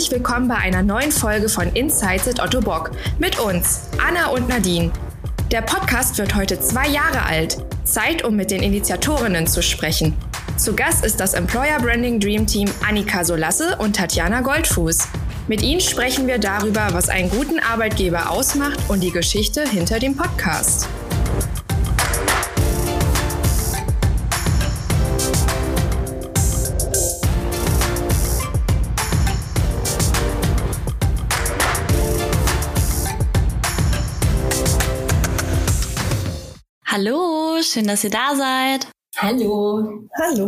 herzlich willkommen bei einer neuen Folge von Insights at Otto Bock mit uns, Anna und Nadine. Der Podcast wird heute 2 Jahre alt. Zeit, um mit den Initiatorinnen zu sprechen. Zu Gast ist das Employer Branding Dream Team Annika Solasse und Tatjana Goldfuß. Mit ihnen sprechen wir darüber, was einen guten Arbeitgeber ausmacht und die Geschichte hinter dem Podcast. Hallo, schön, dass ihr da seid. Hallo.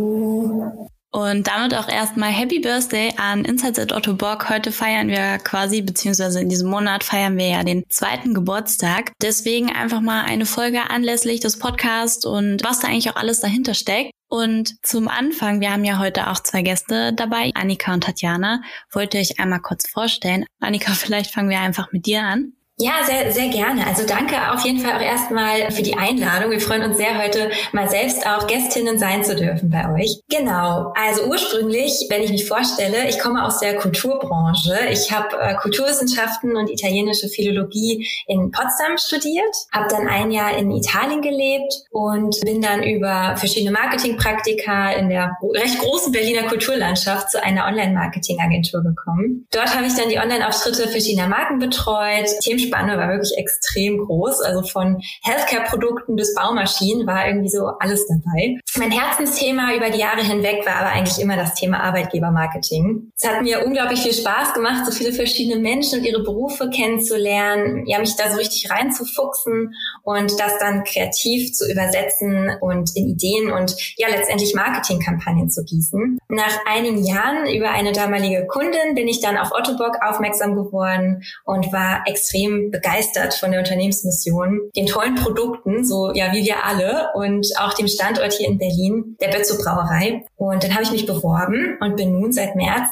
Hallo. Und damit auch erstmal Happy Birthday an Insights at Otto Bock. Heute feiern wir quasi, beziehungsweise in diesem Monat feiern wir ja den 2. Geburtstag. Deswegen einfach mal eine Folge anlässlich des Podcasts und was da eigentlich auch alles dahinter steckt. Und zum Anfang, wir haben ja heute auch 2 Gäste dabei, Annika und Tatjana. Wollt ihr euch einmal kurz vorstellen? Annika, vielleicht fangen wir einfach mit dir an. Ja, sehr, sehr gerne. Also danke auf jeden Fall auch erstmal für die Einladung. Wir freuen uns sehr, heute mal selbst auch Gästinnen sein zu dürfen bei euch. Genau. Also ursprünglich, wenn ich mich vorstelle, ich komme aus der Kulturbranche. Ich habe Kulturwissenschaften und italienische Philologie in Potsdam studiert, habe dann 1 Jahr in Italien gelebt und bin dann über verschiedene Marketingpraktika in der recht großen Berliner Kulturlandschaft zu einer Online-Marketing-Agentur gekommen. Dort habe ich dann die Online-Auftritte verschiedener Marken betreut. Spanne war wirklich extrem groß, also von Healthcare-Produkten bis Baumaschinen war irgendwie so alles dabei. Mein Herzensthema über die Jahre hinweg war aber eigentlich immer das Thema Arbeitgebermarketing. Es hat mir unglaublich viel Spaß gemacht, so viele verschiedene Menschen und ihre Berufe kennenzulernen, ja, mich da so richtig reinzufuchsen und das dann kreativ zu übersetzen und in Ideen und ja, letztendlich Marketingkampagnen zu gießen. Nach einigen Jahren über eine damalige Kundin bin ich dann auf Otto Bock aufmerksam geworden und war extrem begeistert von der Unternehmensmission, den tollen Produkten, so ja wie wir alle, und auch dem Standort hier in Berlin, der Bötzow Brauerei. Und dann habe ich mich beworben und bin nun seit März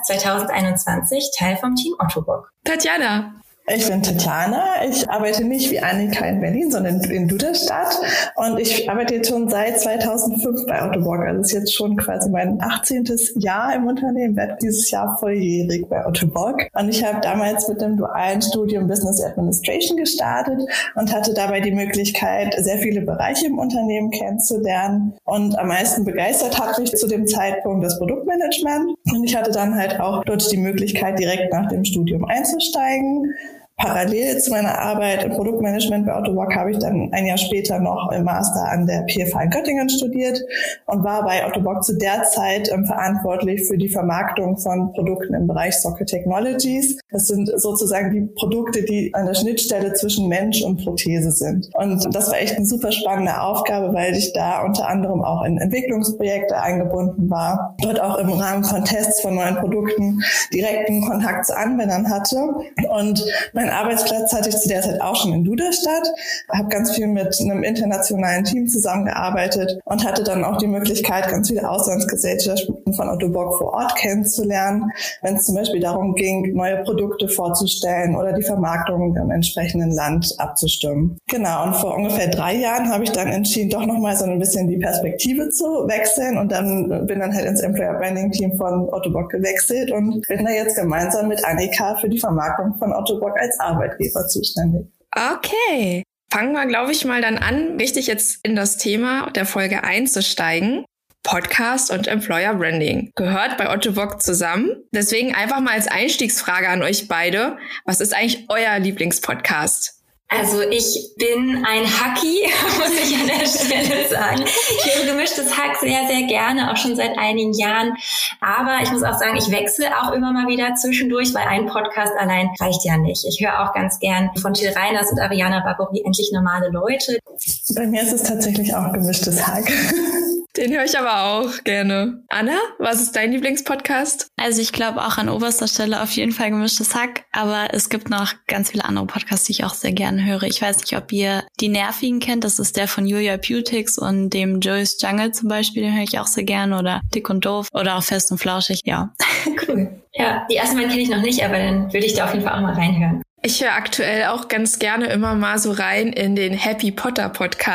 2021 Teil vom Team Otto Bock. Tatjana. Ich bin Tatjana. Ich arbeite nicht wie Annika in Berlin, sondern in Duderstadt. Und ich arbeite jetzt schon seit 2005 bei Otto Bock. Also es ist jetzt schon quasi mein 18. Jahr im Unternehmen, werde dieses Jahr volljährig bei Otto Bock. Und ich habe damals mit dem dualen Studium Business Administration gestartet und hatte dabei die Möglichkeit, sehr viele Bereiche im Unternehmen kennenzulernen. Und am meisten begeistert hat mich zu dem Zeitpunkt das Produktmanagement. Und ich hatte dann halt auch dort die Möglichkeit, direkt nach dem Studium einzusteigen. Parallel zu meiner Arbeit im Produktmanagement bei Otto Bock habe ich dann 1 Jahr später noch im Master an der PFA in Göttingen studiert und war bei Otto Bock zu der Zeit verantwortlich für die Vermarktung von Produkten im Bereich Soccer Technologies. Das sind sozusagen die Produkte, die an der Schnittstelle zwischen Mensch und Prothese sind. Und das war echt eine super spannende Aufgabe, weil ich da unter anderem auch in Entwicklungsprojekte eingebunden war, dort auch im Rahmen von Tests von neuen Produkten direkten Kontakt zu Anwendern hatte. Und mein Arbeitsplatz hatte ich zu der Zeit auch schon in Duderstadt, habe ganz viel mit einem internationalen Team zusammengearbeitet und hatte dann auch die Möglichkeit, ganz viele Auslandsgesellschaften von Otto Bock vor Ort kennenzulernen, wenn es zum Beispiel darum ging, neue Produkte vorzustellen oder die Vermarktung im entsprechenden Land abzustimmen. Genau, und vor ungefähr 3 Jahren habe ich dann entschieden, doch nochmal so ein bisschen die Perspektive zu wechseln und bin dann halt ins Employer Branding Team von Otto Bock gewechselt und bin da jetzt gemeinsam mit Annika für die Vermarktung von Otto Bock als Arbeitgeber zuständig. Okay. Fangen wir, glaube ich, mal dann an, richtig jetzt in das Thema der Folge einzusteigen. Podcast und Employer Branding gehört bei Otto Bock zusammen. Deswegen einfach mal als Einstiegsfrage an euch beide. Was ist eigentlich euer Lieblingspodcast? Also ich bin ein Hacki, muss ich an der Stelle sagen. Ich höre gemischtes Hack sehr, sehr gerne, auch schon seit einigen Jahren. Aber ich muss auch sagen, ich wechsle auch immer mal wieder zwischendurch, weil ein Podcast allein reicht ja nicht. Ich höre auch ganz gern von Till Reiners und Ariana Barbouri Endlich normale Leute. Bei mir ist es tatsächlich auch gemischtes Hack. Den höre ich aber auch gerne. Anna, was ist dein Lieblingspodcast? Also ich glaube auch an oberster Stelle auf jeden Fall gemischtes Hack, aber es gibt noch ganz viele andere Podcasts, die ich auch sehr gerne höre. Ich weiß nicht, ob ihr Die Nervigen kennt, das ist der von Julia Beautix und dem Joyce Jungle zum Beispiel, den höre ich auch sehr gerne, oder Dick und Doof oder auch Fest und Flauschig, ja. Cool. Ja, die ersten beiden kenne ich noch nicht, aber dann würde ich da auf jeden Fall auch mal reinhören. Ich höre aktuell auch ganz gerne immer mal so rein in den Happy Potter Podcast.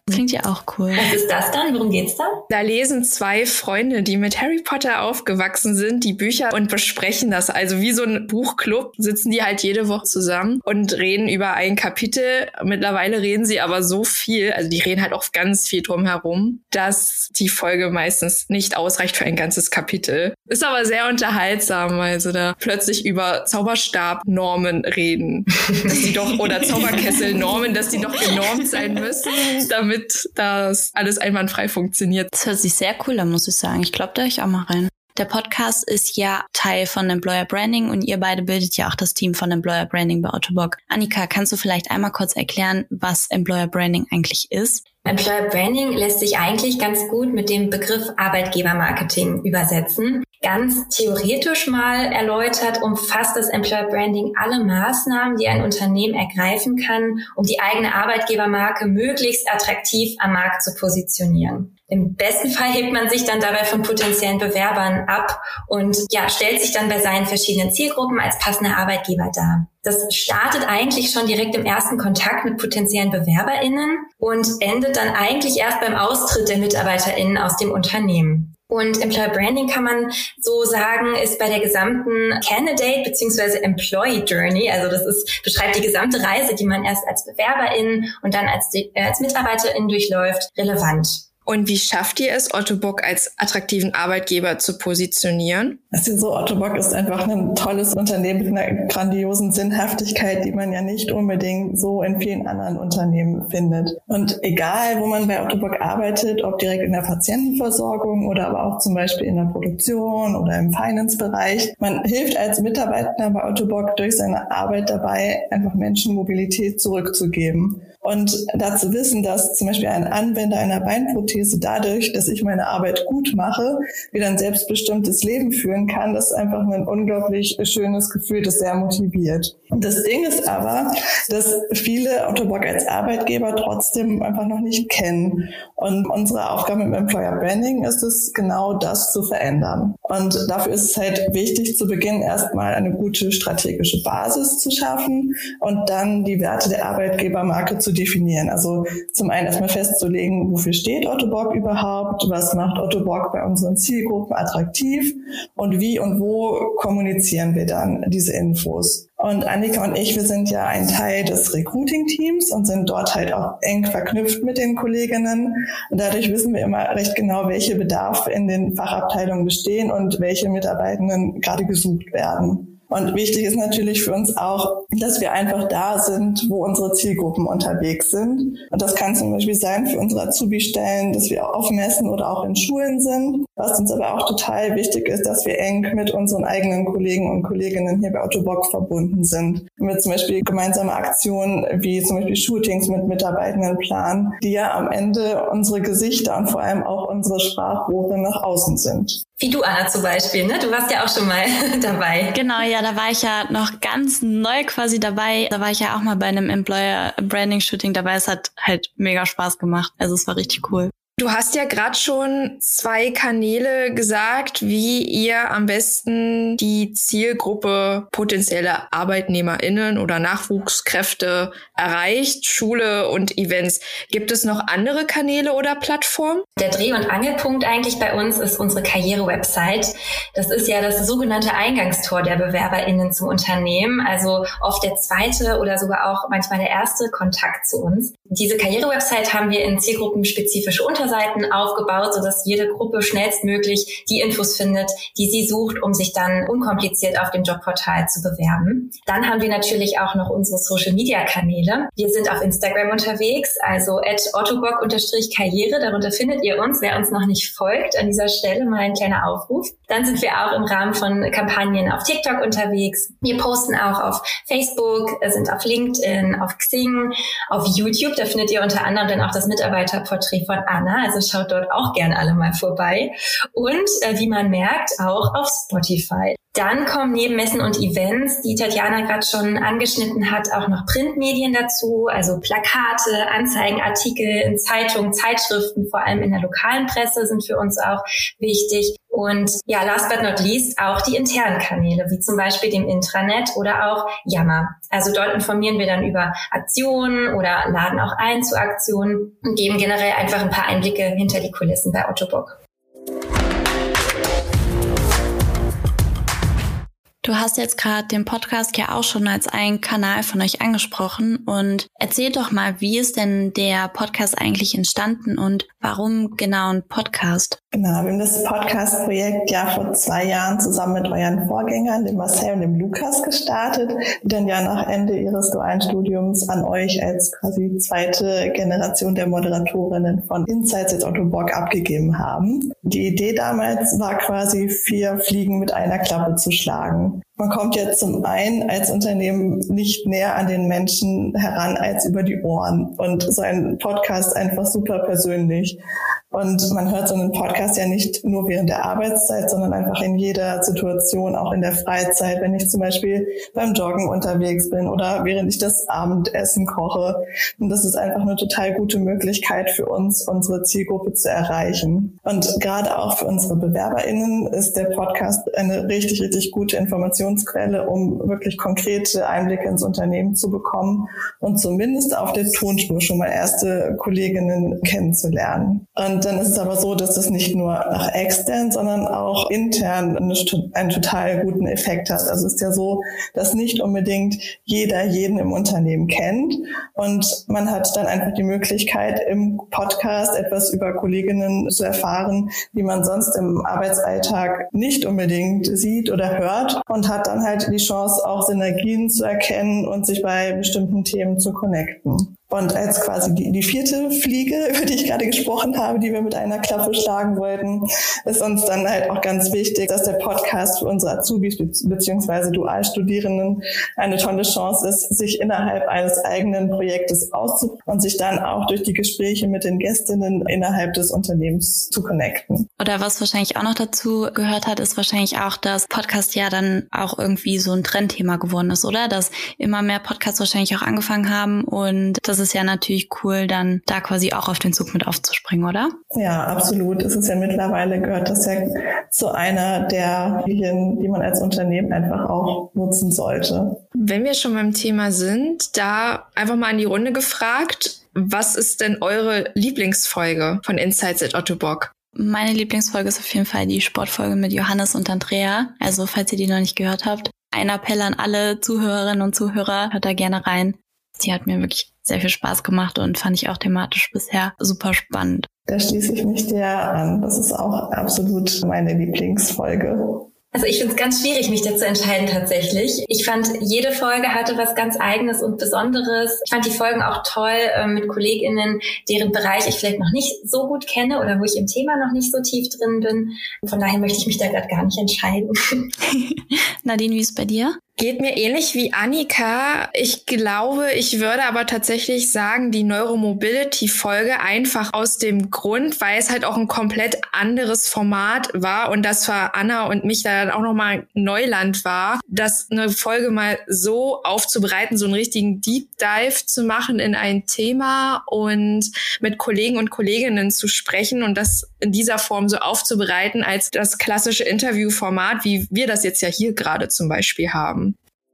Klingt ja auch cool. Was ist das dann? Worum geht's da? Da lesen 2 Freunde, die mit Harry Potter aufgewachsen sind, die Bücher und besprechen das. Also wie so ein Buchclub sitzen die halt jede Woche zusammen und reden über ein Kapitel. Mittlerweile reden sie aber so viel, also die reden halt auch ganz viel drumherum, dass die Folge meistens nicht ausreicht für ein ganzes Kapitel. Ist aber sehr unterhaltsam, also da plötzlich über Zauberstab-Normen reden, dass die doch, oder Zauberkessel-Normen, dass die doch genormt sein müssen, damit das alles einwandfrei funktioniert. Das hört sich sehr cool an, muss ich sagen. Ich glaube, da höre ich auch mal rein. Der Podcast ist ja Teil von Employer Branding und ihr beide bildet ja auch das Team von Employer Branding bei Otto Bock. Annika, kannst du vielleicht einmal kurz erklären, was Employer Branding eigentlich ist? Employer Branding lässt sich eigentlich ganz gut mit dem Begriff Arbeitgebermarketing übersetzen. Ganz theoretisch mal erläutert, umfasst das Employer Branding alle Maßnahmen, die ein Unternehmen ergreifen kann, um die eigene Arbeitgebermarke möglichst attraktiv am Markt zu positionieren. Im besten Fall hebt man sich dann dabei von potenziellen Bewerbern ab und stellt sich dann bei seinen verschiedenen Zielgruppen als passender Arbeitgeber dar. Das startet eigentlich schon direkt im ersten Kontakt mit potenziellen BewerberInnen und endet dann eigentlich erst beim Austritt der MitarbeiterInnen aus dem Unternehmen. Und Employer Branding, kann man so sagen, ist bei der gesamten Candidate bzw. Employee Journey, also beschreibt die gesamte Reise, die man erst als BewerberIn und dann als MitarbeiterIn durchläuft, relevant. Und wie schafft ihr es, Otto Bock als attraktiven Arbeitgeber zu positionieren? Es ist so, Otto Bock ist einfach ein tolles Unternehmen mit einer grandiosen Sinnhaftigkeit, die man ja nicht unbedingt so in vielen anderen Unternehmen findet. Und egal, wo man bei Otto Bock arbeitet, ob direkt in der Patientenversorgung oder aber auch zum Beispiel in der Produktion oder im Finance-Bereich, man hilft als Mitarbeiter bei Otto Bock durch seine Arbeit dabei, einfach Menschen Mobilität zurückzugeben. Und dazu wissen, dass zum Beispiel ein Anwender einer Beinprothese dadurch, dass ich meine Arbeit gut mache, wieder ein selbstbestimmtes Leben führen kann, das ist einfach ein unglaublich schönes Gefühl, das sehr motiviert. Und das Ding ist aber, dass viele Otto Bock als Arbeitgeber trotzdem einfach noch nicht kennen. Und unsere Aufgabe im Employer Branding ist es, genau das zu verändern. Und dafür ist es halt wichtig, zu Beginn erstmal eine gute strategische Basis zu schaffen und dann die Werte der Arbeitgebermarke zu definieren. Also zum einen erstmal festzulegen, wofür steht Otto Bock überhaupt, was macht Otto Bock bei unseren Zielgruppen attraktiv und wie und wo kommunizieren wir dann diese Infos. Und Annika und ich, wir sind ja ein Teil des Recruiting-Teams und sind dort halt auch eng verknüpft mit den Kolleginnen. Und dadurch wissen wir immer recht genau, welche Bedarfe in den Fachabteilungen bestehen und welche Mitarbeitenden gerade gesucht werden. Und wichtig ist natürlich für uns auch, dass wir einfach da sind, wo unsere Zielgruppen unterwegs sind. Und das kann zum Beispiel sein für unsere Azubi-Stellen, dass wir auf Messen oder auch in Schulen sind. Was uns aber auch total wichtig ist, dass wir eng mit unseren eigenen Kollegen und Kolleginnen hier bei Otto Bock verbunden sind. Mit zum Beispiel gemeinsame Aktionen wie zum Beispiel Shootings mit Mitarbeitenden planen, die ja am Ende unsere Gesichter und vor allem auch unsere Sprachrohre nach außen sind. Wie du, Anna, zum Beispiel, ne? Du warst ja auch schon mal dabei. Genau, ja, da war ich ja noch ganz neu quasi dabei. Da war ich ja auch mal bei einem Employer Branding Shooting dabei. Es hat halt mega Spaß gemacht. Also es war richtig cool. Du hast ja gerade schon 2 Kanäle gesagt, wie ihr am besten die Zielgruppe potenzieller ArbeitnehmerInnen oder Nachwuchskräfte erreicht, Schule und Events. Gibt es noch andere Kanäle oder Plattformen? Der Dreh- und Angelpunkt eigentlich bei uns ist unsere Karriere-Website. Das ist ja das sogenannte Eingangstor der BewerberInnen zum Unternehmen, also oft der zweite oder sogar auch manchmal der erste Kontakt zu uns. Diese Karriere-Website haben wir in zielgruppenspezifische Unterseiten aufgebaut, sodass jede Gruppe schnellstmöglich die Infos findet, die sie sucht, um sich dann unkompliziert auf dem Jobportal zu bewerben. Dann haben wir natürlich auch noch unsere Social-Media-Kanäle. Wir sind auf Instagram unterwegs, also @ottobock_karriere. Darunter findet ihr uns, wer uns noch nicht folgt. An dieser Stelle mal ein kleiner Aufruf. Dann sind wir auch im Rahmen von Kampagnen auf TikTok unterwegs. Wir posten auch auf Facebook, sind auf LinkedIn, auf Xing, auf YouTube. Da findet ihr unter anderem dann auch das Mitarbeiterporträt von Anna. Also schaut dort auch gerne alle mal vorbei. Und wie man merkt, auch auf Spotify. Dann kommen neben Messen und Events, die Tatjana gerade schon angeschnitten hat, auch noch Printmedien dazu, also Plakate, Anzeigen, Artikel in Zeitungen, Zeitschriften, vor allem in der lokalen Presse sind für uns auch wichtig. Und ja, last but not least auch die internen Kanäle, wie zum Beispiel dem Intranet oder auch Yammer. Also dort informieren wir dann über Aktionen oder laden auch ein zu Aktionen und geben generell einfach ein paar Einblicke hinter die Kulissen bei Ottobock. Du hast jetzt gerade den Podcast ja auch schon als einen Kanal von euch angesprochen und erzähl doch mal, wie ist denn der Podcast eigentlich entstanden und warum genau ein Podcast? Genau, wir haben das Podcast-Projekt ja vor 2 Jahren zusammen mit euren Vorgängern, dem Marcel und dem Lukas, gestartet, die dann ja nach Ende ihres dualen Studiums an euch als quasi zweite Generation der Moderatorinnen von Insights at Ottobock abgegeben haben. Die Idee damals war quasi 4 Fliegen mit einer Klappe zu schlagen. Man kommt jetzt zum einen als Unternehmen nicht näher an den Menschen heran als über die Ohren und so ein Podcast einfach super persönlich. Und man hört so einen Podcast ja nicht nur während der Arbeitszeit, sondern einfach in jeder Situation, auch in der Freizeit, wenn ich zum Beispiel beim Joggen unterwegs bin oder während ich das Abendessen koche. Und das ist einfach eine total gute Möglichkeit für uns, unsere Zielgruppe zu erreichen. Und gerade auch für unsere BewerberInnen ist der Podcast eine richtig, richtig gute Informationsquelle, um wirklich konkrete Einblicke ins Unternehmen zu bekommen und zumindest auf der Tonspur schon mal erste Kolleginnen kennenzulernen. Und dann ist es aber so, dass das nicht nur nach extern, sondern auch intern einen total guten Effekt hat. Also es ist ja so, dass nicht unbedingt jeder jeden im Unternehmen kennt und man hat dann einfach die Möglichkeit, im Podcast etwas über Kolleginnen zu erfahren, die man sonst im Arbeitsalltag nicht unbedingt sieht oder hört und hat dann halt die Chance, auch Synergien zu erkennen und sich bei bestimmten Themen zu connecten. Und als quasi die 4. Fliege, über die ich gerade gesprochen habe, die wir mit einer Klappe schlagen wollten, ist uns dann halt auch ganz wichtig, dass der Podcast für unsere Azubis bzw. Dualstudierenden eine tolle Chance ist, sich innerhalb eines eigenen Projektes auszuprobieren und sich dann auch durch die Gespräche mit den Gästinnen innerhalb des Unternehmens zu connecten. Oder was wahrscheinlich auch noch dazu gehört hat, ist wahrscheinlich auch, dass Podcast ja dann auch irgendwie so ein Trendthema geworden ist, oder? Dass immer mehr Podcasts wahrscheinlich auch angefangen haben und das ist ja natürlich cool, dann da quasi auch auf den Zug mit aufzuspringen, oder? Ja, absolut. Es ist ja mittlerweile, gehört das ja zu einer der Medien, die man als Unternehmen einfach auch nutzen sollte. Wenn wir schon beim Thema sind, da einfach mal in die Runde gefragt, was ist denn eure Lieblingsfolge von Insights at Ottobock? Meine Lieblingsfolge ist auf jeden Fall die Sportfolge mit Johannes und Andrea. Also falls ihr die noch nicht gehört habt, ein Appell an alle Zuhörerinnen und Zuhörer, hört da gerne rein. Die hat mir wirklich sehr viel Spaß gemacht und fand ich auch thematisch bisher super spannend. Da schließe ich mich dir an. Das ist auch absolut meine Lieblingsfolge. Also ich finde es ganz schwierig, mich da zu entscheiden tatsächlich. Ich fand, jede Folge hatte was ganz Eigenes und Besonderes. Ich fand die Folgen auch toll mit KollegInnen, deren Bereich ich vielleicht noch nicht so gut kenne oder wo ich im Thema noch nicht so tief drin bin. Von daher möchte ich mich da gerade gar nicht entscheiden. Nadine, wie ist es bei dir? Geht mir ähnlich wie Annika. Ich glaube, ich würde aber tatsächlich sagen, die Neuromobility-Folge einfach aus dem Grund, weil es halt auch ein komplett anderes Format war und das für Anna und mich da dann auch nochmal Neuland war, das eine Folge mal so aufzubereiten, so einen richtigen Deep Dive zu machen in ein Thema und mit Kollegen und Kolleginnen zu sprechen und das in dieser Form so aufzubereiten als das klassische Interviewformat, wie wir das jetzt ja hier gerade zum Beispiel haben.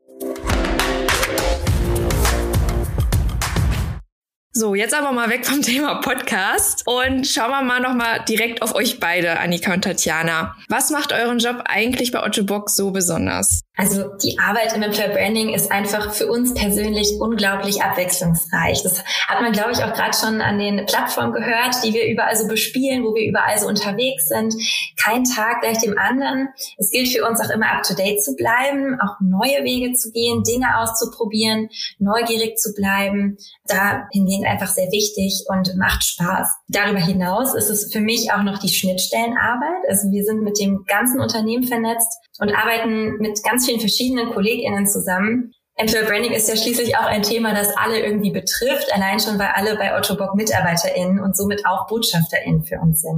So, jetzt aber mal weg vom Thema Podcast und schauen wir mal nochmal direkt auf euch beide, Annika und Tatjana. Was macht euren Job eigentlich bei Ottobock so besonders? Also die Arbeit im Employer Branding ist einfach für uns persönlich unglaublich abwechslungsreich. Das hat man, glaube ich, auch gerade schon an den Plattformen gehört, die wir überall so bespielen, wo wir überall so unterwegs sind. Kein Tag gleich dem anderen. Es gilt für uns auch immer up-to-date zu bleiben, auch neue Wege zu gehen, Dinge auszuprobieren, neugierig zu bleiben. Dahingehend einfach sehr wichtig und macht Spaß. Darüber hinaus ist es für mich auch noch die Schnittstellenarbeit. Also wir sind mit dem ganzen Unternehmen vernetzt und arbeiten mit ganz vielen verschiedenen KollegInnen zusammen. Employer Branding ist ja schließlich auch ein Thema, das alle irgendwie betrifft, allein schon, weil alle bei Ottobock MitarbeiterInnen und somit auch BotschafterInnen für uns sind.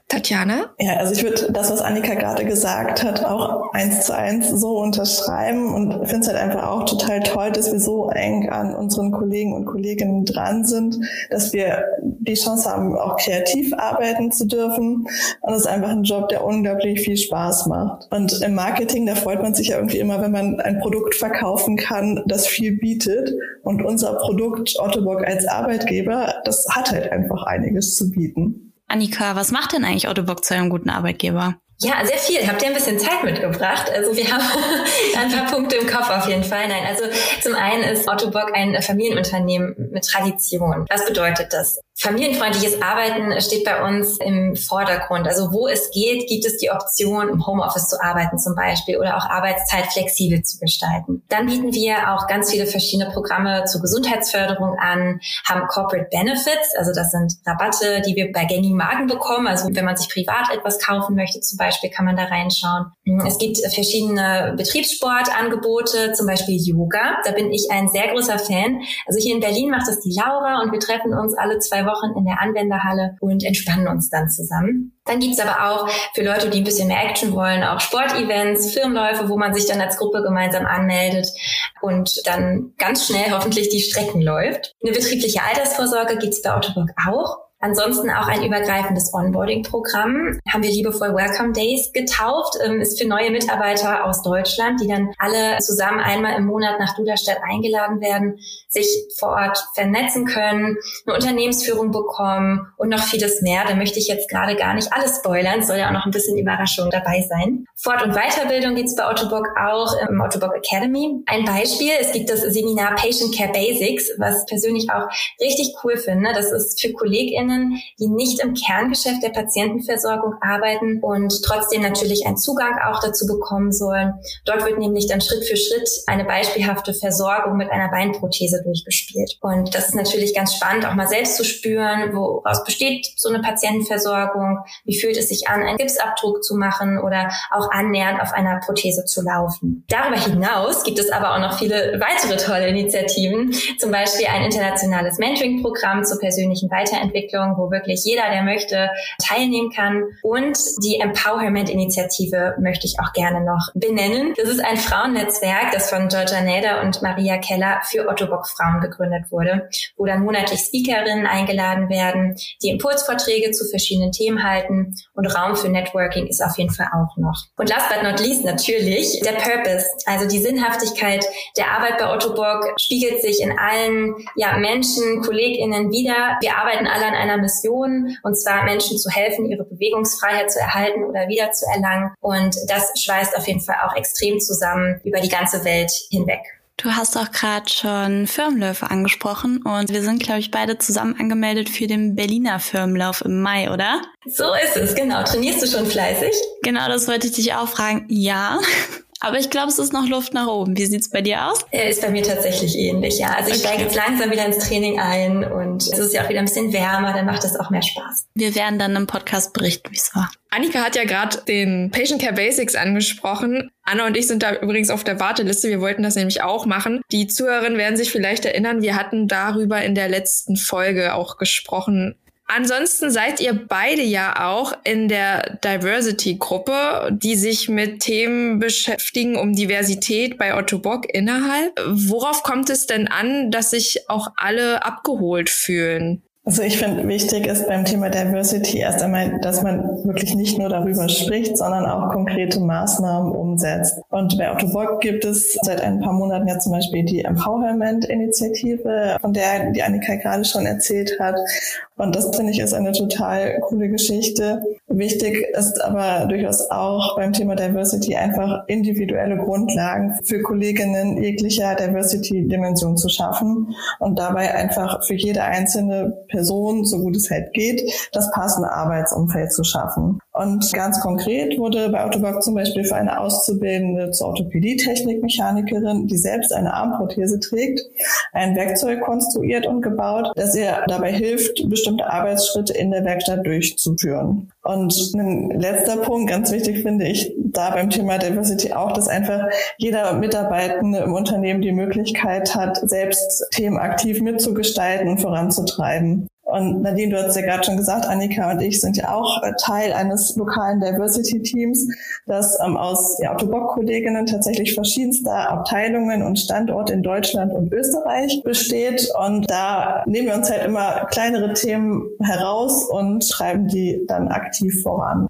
Tatjana? Ja, also ich würde das, was Annika gerade gesagt hat, auch 1:1 so unterschreiben und finde es halt einfach auch total toll, dass wir so eng an unseren Kollegen und Kolleginnen dran sind, dass wir die Chance haben, auch kreativ arbeiten zu dürfen. Und es ist einfach ein Job, der unglaublich viel Spaß macht. Und im Marketing, da freut man sich ja irgendwie immer, wenn man ein Produkt verkaufen kann, das viel bietet. Und unser Produkt Ottobock als Arbeitgeber, das hat halt einfach einiges zu bieten. Annika, was macht denn eigentlich Ottobock zu einem guten Arbeitgeber? Ja, sehr viel. Habt ihr ein bisschen Zeit mitgebracht? Also wir haben ein paar Punkte im Kopf auf jeden Fall. Nein, also zum einen ist Ottobock ein Familienunternehmen mit Tradition. Was bedeutet das? Familienfreundliches Arbeiten steht bei uns im Vordergrund. Also wo es geht, gibt es die Option, im Homeoffice zu arbeiten zum Beispiel oder auch Arbeitszeit flexibel zu gestalten. Dann bieten wir auch ganz viele verschiedene Programme zur Gesundheitsförderung an, haben Corporate Benefits, also das sind Rabatte, die wir bei gängigen Marken bekommen. Also wenn man sich privat etwas kaufen möchte zum Beispiel, kann man da reinschauen. Es gibt verschiedene Betriebssportangebote, zum Beispiel Yoga. Da bin ich ein sehr großer Fan. Also hier in Berlin macht das die Laura und wir treffen uns alle 2 Wochen in der Anwenderhalle und entspannen uns dann zusammen. Dann gibt's aber auch für Leute, die ein bisschen mehr Action wollen, auch Sportevents, Firmenläufe, wo man sich dann als Gruppe gemeinsam anmeldet und dann ganz schnell hoffentlich die Strecken läuft. Eine betriebliche Altersvorsorge gibt's bei Ottobock auch. Ansonsten auch ein übergreifendes Onboarding-Programm. Haben wir liebevoll Welcome Days getauft. Ist für neue Mitarbeiter aus Deutschland, die dann alle zusammen einmal im Monat nach Duderstadt eingeladen werden, sich vor Ort vernetzen können, eine Unternehmensführung bekommen und noch vieles mehr. Da möchte ich jetzt gerade gar nicht alles spoilern. Es soll ja auch noch ein bisschen Überraschung dabei sein. Fort- und Weiterbildung gibt's bei Ottobock auch im Ottobock Academy. Ein Beispiel, es gibt das Seminar Patient Care Basics, was ich persönlich auch richtig cool finde. Das ist für KollegInnen, die nicht im Kerngeschäft der Patientenversorgung arbeiten und trotzdem natürlich einen Zugang auch dazu bekommen sollen. Dort wird nämlich dann Schritt für Schritt eine beispielhafte Versorgung mit einer Beinprothese durchgespielt. Und das ist natürlich ganz spannend, auch mal selbst zu spüren, woraus besteht so eine Patientenversorgung, wie fühlt es sich an, einen Gipsabdruck zu machen oder auch annähernd auf einer Prothese zu laufen. Darüber hinaus gibt es aber auch noch viele weitere tolle Initiativen, zum Beispiel ein internationales Mentoring-Programm zur persönlichen Weiterentwicklung, wo wirklich jeder, der möchte, teilnehmen kann. Und die Empowerment-Initiative möchte ich auch gerne noch benennen. Das ist ein Frauennetzwerk, das von Georgia Nader und Maria Keller für Ottobock Frauen gegründet wurde, wo dann monatlich Speakerinnen eingeladen werden, die Impulsvorträge zu verschiedenen Themen halten und Raum für Networking ist auf jeden Fall auch noch. Und last but not least natürlich der Purpose, also die Sinnhaftigkeit der Arbeit bei Ottobock spiegelt sich in allen Menschen, KollegInnen wider. Wir arbeiten alle an einer Mission, und zwar Menschen zu helfen, ihre Bewegungsfreiheit zu erhalten oder wieder zu erlangen. Und das schweißt auf jeden Fall auch extrem zusammen über die ganze Welt hinweg. Du hast auch gerade schon Firmenläufe angesprochen und wir sind, glaube ich, beide zusammen angemeldet für den Berliner Firmenlauf im Mai, oder? So ist es, genau. Trainierst du schon fleißig? Genau, das wollte ich dich auch fragen. Ja. Aber ich glaube, es ist noch Luft nach oben. Wie sieht's bei dir aus? Ist bei mir tatsächlich ähnlich, ja. Also ich steige jetzt langsam wieder ins Training ein und es ist ja auch wieder ein bisschen wärmer, dann macht es auch mehr Spaß. Wir werden dann im Podcast berichten, wie es war. Annika hat ja gerade den Patient Care Basics angesprochen. Anna und ich sind da übrigens auf der Warteliste. Wir wollten das nämlich auch machen. Die Zuhörerinnen werden sich vielleicht erinnern, wir hatten darüber in der letzten Folge auch gesprochen. Ansonsten seid ihr beide ja auch in der Diversity-Gruppe, die sich mit Themen beschäftigen um Diversität bei Ottobock innerhalb. Worauf kommt es denn an, dass sich auch alle abgeholt fühlen? Also ich finde, wichtig ist beim Thema Diversity erst einmal, dass man wirklich nicht nur darüber spricht, sondern auch konkrete Maßnahmen umsetzt. Und bei Ottobock gibt es seit ein paar Monaten ja zum Beispiel die Empowerment-Initiative, von der die Annika gerade schon erzählt hat. Und das, finde ich, ist eine total coole Geschichte. Wichtig ist aber durchaus auch beim Thema Diversity einfach individuelle Grundlagen für Kolleginnen jeglicher Diversity-Dimension zu schaffen und dabei einfach für jede einzelne Person, so gut es halt geht, das passende Arbeitsumfeld zu schaffen. Und ganz konkret wurde bei Ottobock zum Beispiel für eine Auszubildende zur Orthopädie-Technik-Mechanikerin, die selbst eine Armprothese trägt, ein Werkzeug konstruiert und gebaut, das ihr dabei hilft, bestimmte Arbeitsschritte in der Werkstatt durchzuführen. Und ein letzter Punkt, ganz wichtig finde ich da beim Thema Diversity auch, dass einfach jeder Mitarbeitende im Unternehmen die Möglichkeit hat, selbst Themen aktiv mitzugestalten und voranzutreiben. Und Nadine, du hast ja gerade schon gesagt, Annika und ich sind ja auch Teil eines lokalen Diversity-Teams, das aus Otto Bock-Kolleginnen tatsächlich verschiedenster Abteilungen und Standorte in Deutschland und Österreich besteht. Und da nehmen wir uns halt immer kleinere Themen heraus und treiben die dann aktiv voran.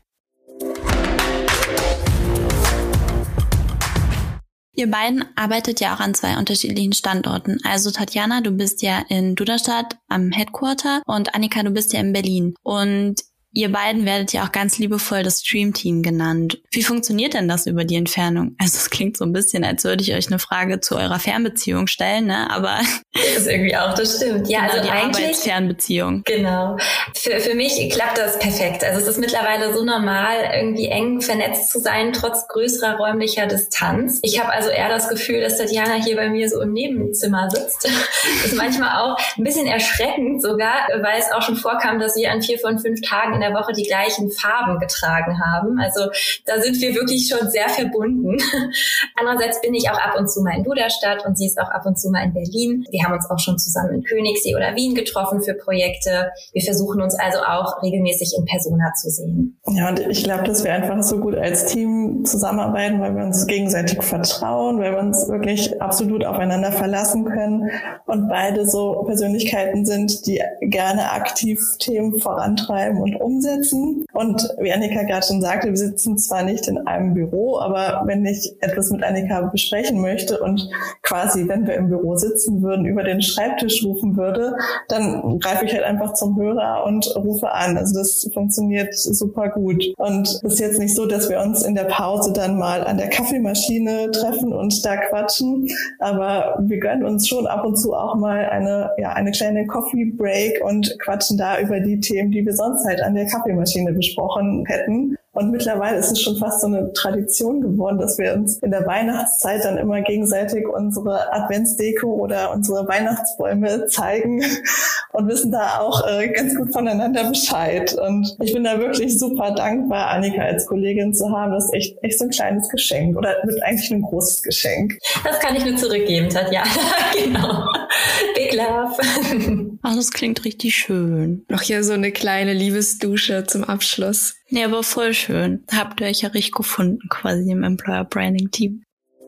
Ihr beiden arbeitet ja auch an 2 unterschiedlichen Standorten. Also Tatjana, du bist ja in Duderstadt am Headquarter und Annika, du bist ja in Berlin. Und ihr beiden werdet ja auch ganz liebevoll das Stream-Team genannt. Wie funktioniert denn das über die Entfernung? Also es klingt so ein bisschen, als würde ich euch eine Frage zu eurer Fernbeziehung stellen, ne? Aber das ist irgendwie auch, das stimmt. Ja, genau, also die eigentlich Arbeitsfernbeziehung. Genau. Für mich klappt das perfekt. Also es ist mittlerweile so normal, irgendwie eng vernetzt zu sein, trotz größerer räumlicher Distanz. Ich habe also eher das Gefühl, dass Tatjana hier bei mir so im Nebenzimmer sitzt. Das ist manchmal auch ein bisschen erschreckend sogar, weil es auch schon vorkam, dass wir an 4 von 5 Tagen in der Woche die gleichen Farben getragen haben. Also da sind wir wirklich schon sehr verbunden. Andererseits bin ich auch ab und zu mal in Duderstadt und sie ist auch ab und zu mal in Berlin. Wir haben uns auch schon zusammen in Königssee oder Wien getroffen für Projekte. Wir versuchen uns also auch regelmäßig in Persona zu sehen. Ja, und ich glaube, dass wir einfach so gut als Team zusammenarbeiten, weil wir uns gegenseitig vertrauen, weil wir uns wirklich absolut aufeinander verlassen können und beide so Persönlichkeiten sind, die gerne aktiv Themen vorantreiben und umsetzen. Und wie Annika gerade schon sagte, wir sitzen zwar nicht in einem Büro, aber wenn ich etwas mit Annika besprechen möchte und quasi, wenn wir im Büro sitzen würden, über den Schreibtisch rufen würde, dann greife ich halt einfach zum Hörer und rufe an. Also das funktioniert super gut. Und es ist jetzt nicht so, dass wir uns in der Pause dann mal an der Kaffeemaschine treffen und da quatschen, aber wir gönnen uns schon ab und zu auch mal eine kleine Coffee Break und quatschen da über die Themen, die wir sonst halt an der Kaffeemaschine besprochen hätten. Und mittlerweile ist es schon fast so eine Tradition geworden, dass wir uns in der Weihnachtszeit dann immer gegenseitig unsere Adventsdeko oder unsere Weihnachtsbäume zeigen und wissen da auch ganz gut voneinander Bescheid. Und ich bin da wirklich super dankbar, Annika als Kollegin zu haben. Das ist echt so ein kleines Geschenk oder wird eigentlich ein großes Geschenk. Das kann ich nur zurückgeben, Tatjana. Genau. Big love. Ach, das klingt richtig schön. Noch hier so eine kleine Liebesdusche zum Abschluss. Nee, aber voll schön. Habt ihr euch ja richtig gefunden, quasi im Employer Branding Team.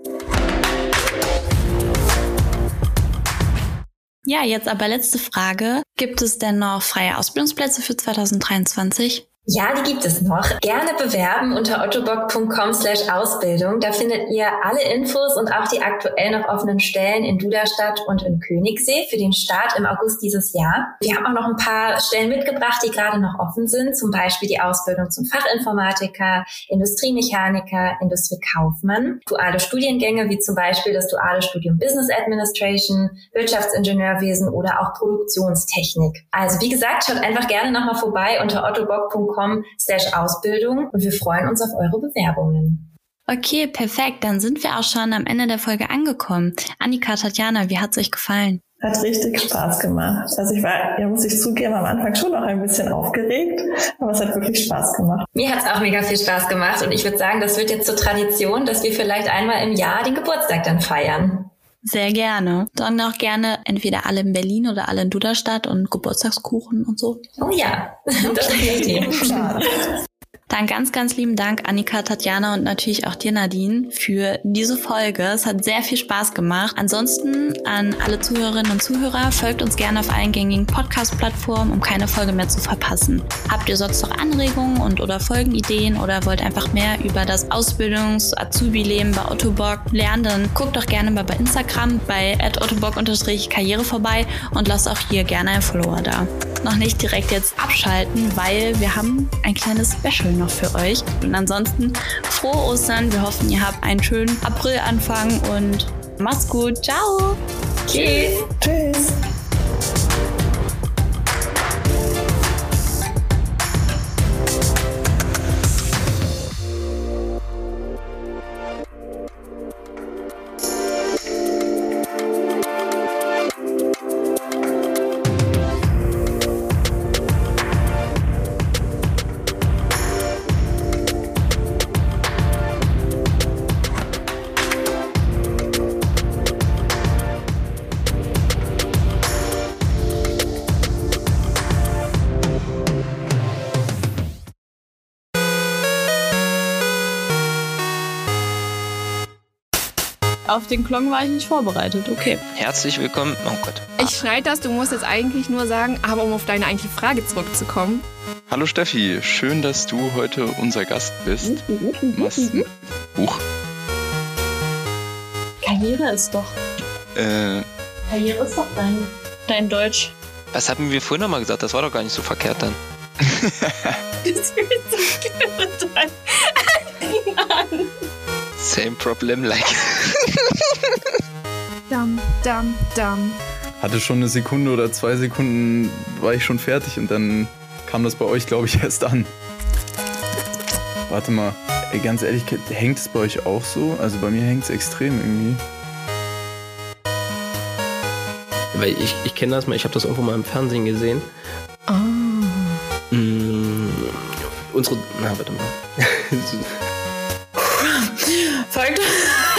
Ja, jetzt aber letzte Frage. Gibt es denn noch freie Ausbildungsplätze für 2023? Ja, die gibt es noch. Gerne bewerben unter ottobock.com/Ausbildung. Da findet ihr alle Infos und auch die aktuell noch offenen Stellen in Duderstadt und in Königssee für den Start im August dieses Jahr. Wir haben auch noch ein paar Stellen mitgebracht, die gerade noch offen sind. Zum Beispiel die Ausbildung zum Fachinformatiker, Industriemechaniker, Industriekaufmann, duale Studiengänge wie zum Beispiel das duale Studium Business Administration, Wirtschaftsingenieurwesen oder auch Produktionstechnik. Also wie gesagt, schaut einfach gerne nochmal vorbei unter ottobock.com/Ausbildung und wir freuen uns auf eure Bewerbungen. Okay, perfekt. Dann sind wir auch schon am Ende der Folge angekommen. Annika, Tatjana, wie hat's euch gefallen? Hat richtig Spaß gemacht. Also ich war, muss ich zugeben, am Anfang schon noch ein bisschen aufgeregt, aber es hat wirklich Spaß gemacht. Mir hat's auch mega viel Spaß gemacht und ich würde sagen, das wird jetzt zur Tradition, dass wir vielleicht einmal im Jahr den Geburtstag dann feiern. Sehr gerne. Dann auch gerne entweder alle in Berlin oder alle in Duderstadt und Geburtstagskuchen und so. Oh ja, das ist eine Idee. Dann ganz, ganz lieben Dank, Annika, Tatjana und natürlich auch dir, Nadine, für diese Folge. Es hat sehr viel Spaß gemacht. Ansonsten an alle Zuhörerinnen und Zuhörer, folgt uns gerne auf allen gängigen Podcast-Plattformen, um keine Folge mehr zu verpassen. Habt ihr sonst noch Anregungen oder Folgenideen oder wollt einfach mehr über das Ausbildungs-Azubi-Leben bei Otto Bock lernen, dann guckt doch gerne mal bei Instagram bei @ottobock_karriere vorbei und lasst auch hier gerne einen Follower da. Noch nicht direkt jetzt abschalten, weil wir haben ein kleines Special noch für euch. Und ansonsten frohe Ostern. Wir hoffen, ihr habt einen schönen Aprilanfang und macht's gut. Ciao. Tschüss. Tschüss. Auf den Klong war ich nicht vorbereitet, okay. Herzlich willkommen. Oh Gott. Ich schneide das, du musst jetzt eigentlich nur sagen, aber um auf deine eigentliche Frage zurückzukommen. Hallo Steffi, schön, dass du heute unser Gast bist. Karriere ist doch. Karriere ist doch dein Deutsch. Was haben wir vorhin nochmal gesagt? Das war doch gar nicht so verkehrt dann. Same problem like. Dam. Hatte schon eine Sekunde oder 2 Sekunden, war ich schon fertig und dann kam das bei euch, glaube ich, erst an. Warte mal, ey, ganz ehrlich, hängt es bei euch auch so? Also bei mir hängt es extrem irgendwie. Weil ich kenne das mal, ich habe das irgendwo mal im Fernsehen gesehen. Warte mal. Folgt